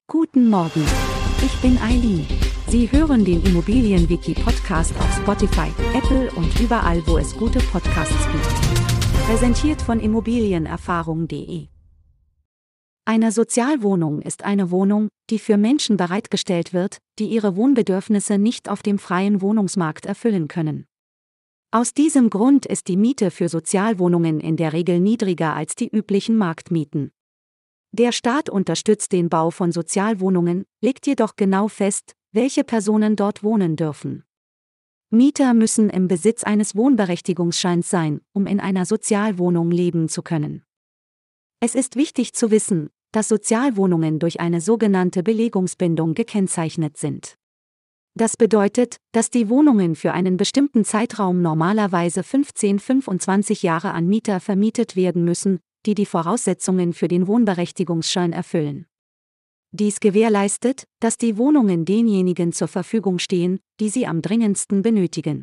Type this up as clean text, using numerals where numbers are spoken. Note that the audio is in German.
Guten Morgen, ich bin Eileen. Sie hören den Immobilienwiki-Podcast auf Spotify, Apple und überall, wo es gute Podcasts gibt. Präsentiert von immobilienerfahrung.de. Eine Sozialwohnung ist eine Wohnung, die für Menschen bereitgestellt wird, die ihre Wohnbedürfnisse nicht auf dem freien Wohnungsmarkt erfüllen können. Aus diesem Grund ist die Miete für Sozialwohnungen in der Regel niedriger als die üblichen Marktmieten. Der Staat unterstützt den Bau von Sozialwohnungen, legt jedoch genau fest, welche Personen dort wohnen dürfen. Mieter müssen im Besitz eines Wohnberechtigungsscheins sein, um in einer Sozialwohnung leben zu können. Es ist wichtig zu wissen, dass Sozialwohnungen durch eine sogenannte Belegungsbindung gekennzeichnet sind. Das bedeutet, dass die Wohnungen für einen bestimmten Zeitraum normalerweise 15-25 Jahre an Mieter vermietet werden müssen, die die Voraussetzungen für den Wohnberechtigungsschein erfüllen. Dies gewährleistet, dass die Wohnungen denjenigen zur Verfügung stehen, die sie am dringendsten benötigen.